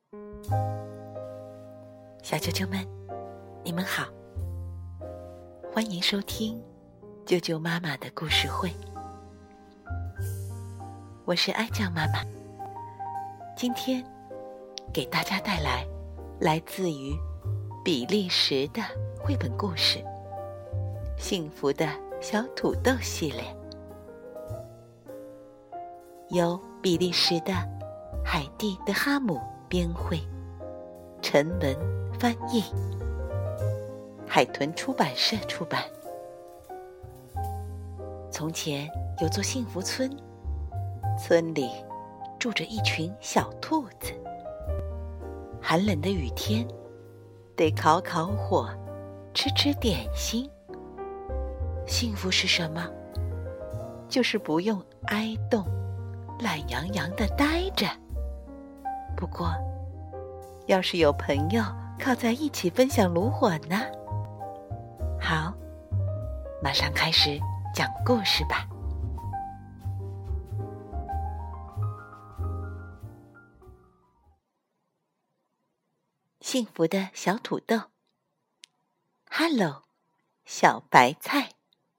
小啾啾们，你们好，欢迎收听啾啾妈妈的故事会。我是爱酱妈妈，今天给大家带来自于比利时的绘本故事《幸福的小土豆》系列，由比利时的海蒂·德哈姆编绘，陈文翻译，海豚出版社出版。从前有座幸福村，村里住着一群小兔子。寒冷的雨天，得烤烤火，吃吃点心。幸福是什么？就是不用挨冻，懒洋洋地待着。不过，要是有朋友靠在一起分享炉火呢？好，马上开始讲故事吧。幸福的小土豆 ，Hello， 小白菜。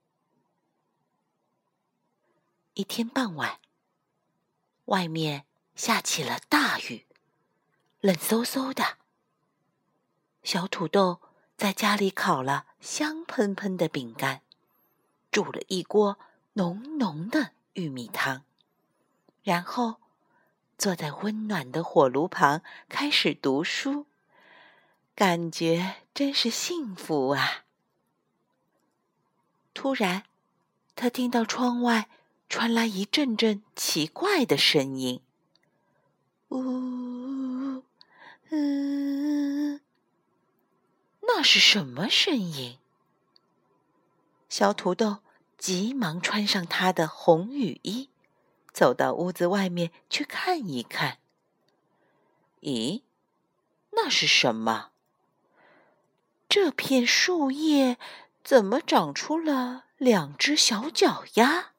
一天傍晚，外面下起了大雨，冷飕飕的。小土豆在家里烤了香喷喷的饼干，煮了一锅浓浓的玉米汤，然后坐在温暖的火炉旁开始读书，感觉真是幸福啊！突然，他听到窗外传来一阵阵奇怪的声音，呜，那是什么声音？小土豆急忙穿上他的红雨衣，走到屋子外面去看一看。咦，那是什么？这片树叶怎么长出了两只小脚丫？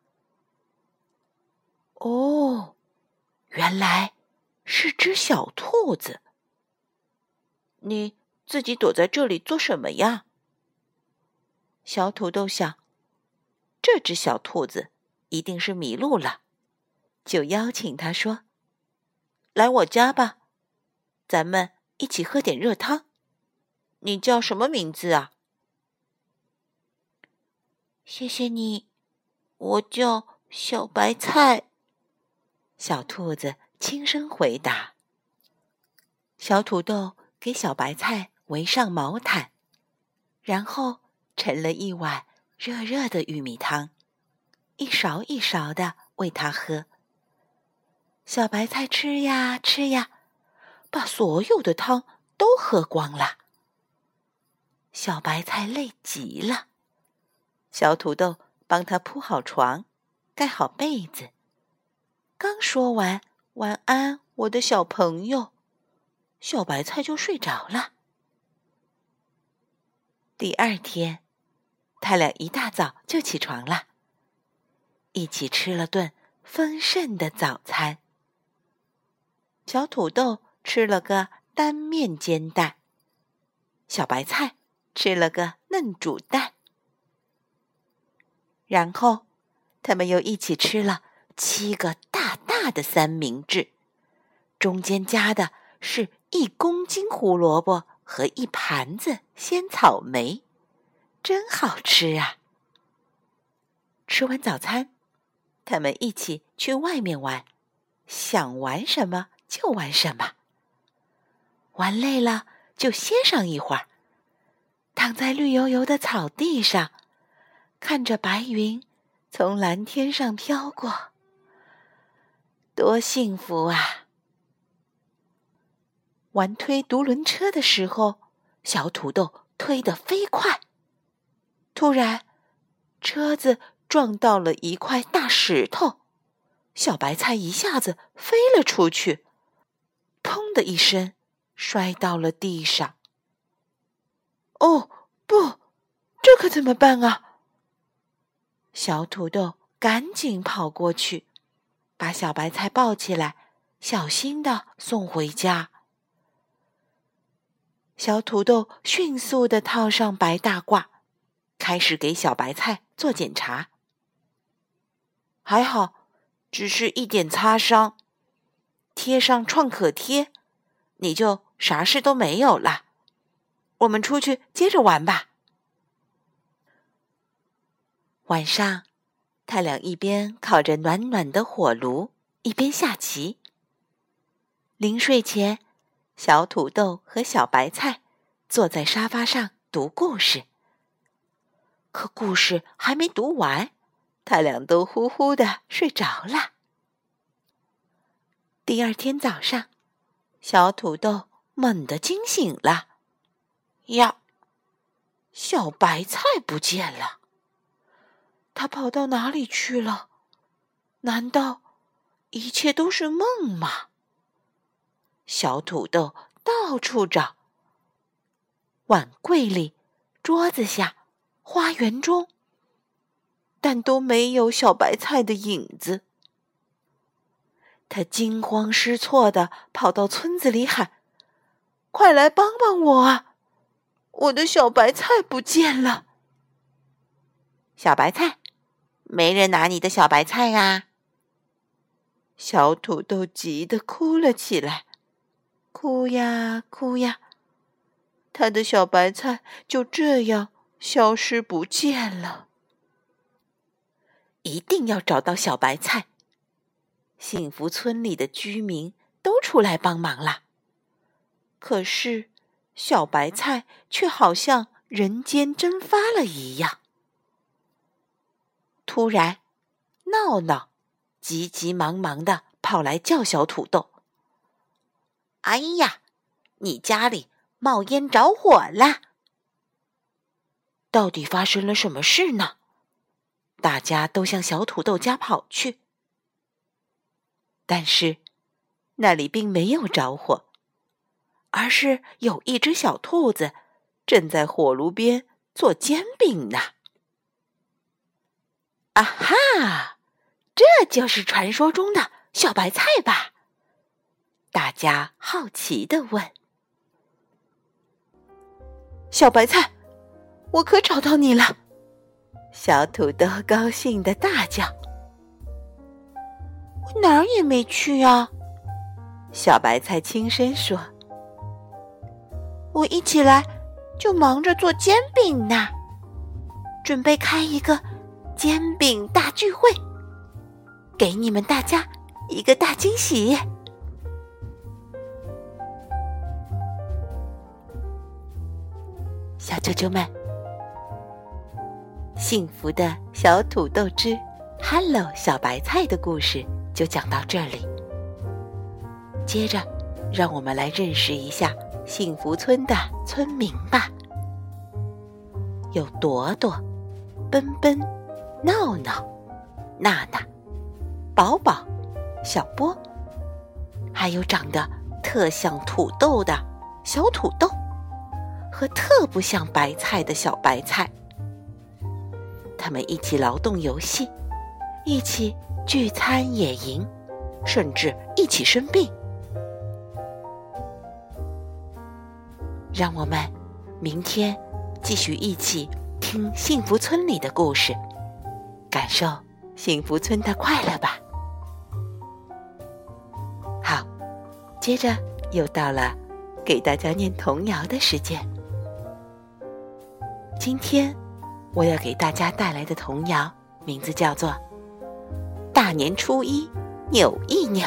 哦，原来是只小兔子。你自己躲在这里做什么呀？小土豆想，这只小兔子一定是迷路了，就邀请它说：“来我家吧，咱们一起喝点热汤。你叫什么名字啊？”谢谢你，我叫小白菜。小兔子轻声回答。小土豆给小白菜围上毛毯，然后盛了一碗热热的玉米汤，一勺一勺地喂它喝。小白菜吃呀吃呀，把所有的汤都喝光了。小白菜累极了，小土豆帮他铺好床，盖好被子。刚说完晚安，我的小朋友，小白菜就睡着了。第二天，他俩一大早就起床了，一起吃了顿丰盛的早餐。小土豆吃了个单面煎蛋，小白菜吃了个嫩煮蛋。然后，他们又一起吃了7个大大的三明治，中间夹的是1公斤胡萝卜和1盘子鲜草莓，真好吃啊！吃完早餐，他们一起去外面玩，想玩什么就玩什么。玩累了就歇上一会儿，躺在绿油油的草地上，看着白云从蓝天上飘过，多幸福啊！玩推独轮车的时候，小土豆推得飞快，突然车子撞到了一块大石头，小白菜一下子飞了出去，砰的一声摔到了地上。哦，不，这可怎么办啊？小土豆赶紧跑过去，把小白菜抱起来，小心地送回家。 小土豆迅速地套上白大褂，开始给小白菜做检查。还好，只是一点擦伤，贴上创可贴，你就啥事都没有了。我们出去接着玩吧。晚上，他俩一边靠着暖暖的火炉，一边下棋。临睡前，小土豆和小白菜坐在沙发上读故事。可故事还没读完，他俩都呼呼地睡着了。第二天早上，小土豆猛地惊醒了。呀，小白菜不见了！他跑到哪里去了？难道一切都是梦吗？小土豆到处找，碗柜里、桌子下、花园中，但都没有小白菜的影子。他惊慌失措地跑到村子里喊：“快来帮帮我啊！我的小白菜不见了！”小白菜，没人拿你的小白菜啊！小土豆急得哭了起来，哭呀哭呀，他的小白菜就这样消失不见了。一定要找到小白菜！幸福村里的居民都出来帮忙了，可是小白菜却好像人间蒸发了一样。突然，闹闹急急忙忙地跑来叫小土豆：“哎呀，你家里冒烟着火了！”到底发生了什么事呢？大家都向小土豆家跑去，但是那里并没有着火，而是有一只小兔子正在火炉边做煎饼呢。啊哈，这就是传说中的小白菜吧？大家好奇地问。小白菜，我可找到你了！小土豆高兴地大叫。我哪儿也没去啊！小白菜轻声说。我一起来就忙着做煎饼呢，准备开一个煎饼大聚会，给你们大家一个大惊喜。小啾啾们，幸福的小土豆之 Hello 小白菜的故事就讲到这里。接着，让我们来认识一下幸福村的村民吧。有朵朵、奔奔、闹闹、娜娜、宝宝、小波，还有长得特像土豆的小土豆和特不像白菜的小白菜。他们一起劳动游戏，一起聚餐野营，甚至一起生病。让我们明天继续一起听幸福村里的故事，感受幸福村的快乐吧。好，接着又到了给大家念童谣的时间。今天我要给大家带来的童谣名字叫做《大年初一扭一扭》。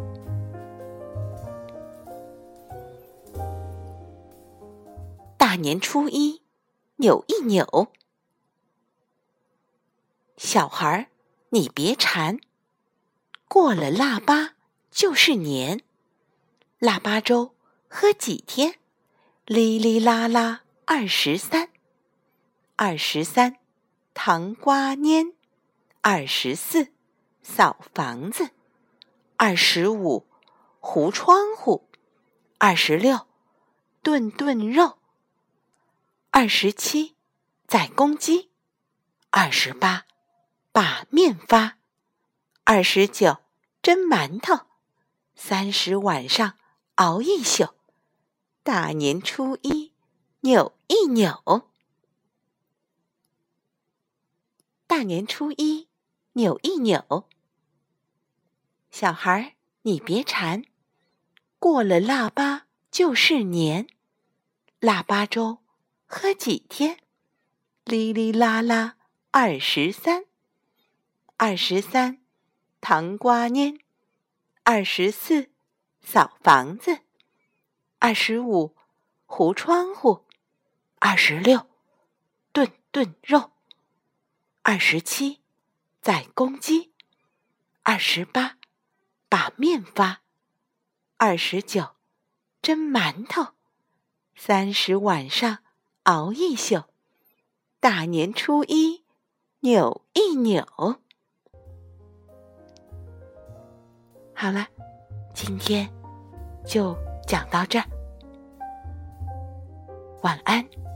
大年初一扭一扭，小孩儿你别馋，过了腊八就是年，腊八粥喝几天，哩哩啦啦23，23糖瓜粘，24扫房子，25糊窗户，26炖炖肉，27宰公鸡，28把面发，29蒸馒头，30晚上熬一宿， 大年初一扭一扭。大年初一扭一扭。小孩儿，你别馋，过了腊八就是年。腊八粥喝几天？哩哩啦啦23。23糖瓜粘。24扫房子。25糊窗户。26炖肉。27宰公鸡。28把面发。29蒸馒头。30晚上熬一宿。大年初一扭一扭。好了，今天就讲到这儿，晚安。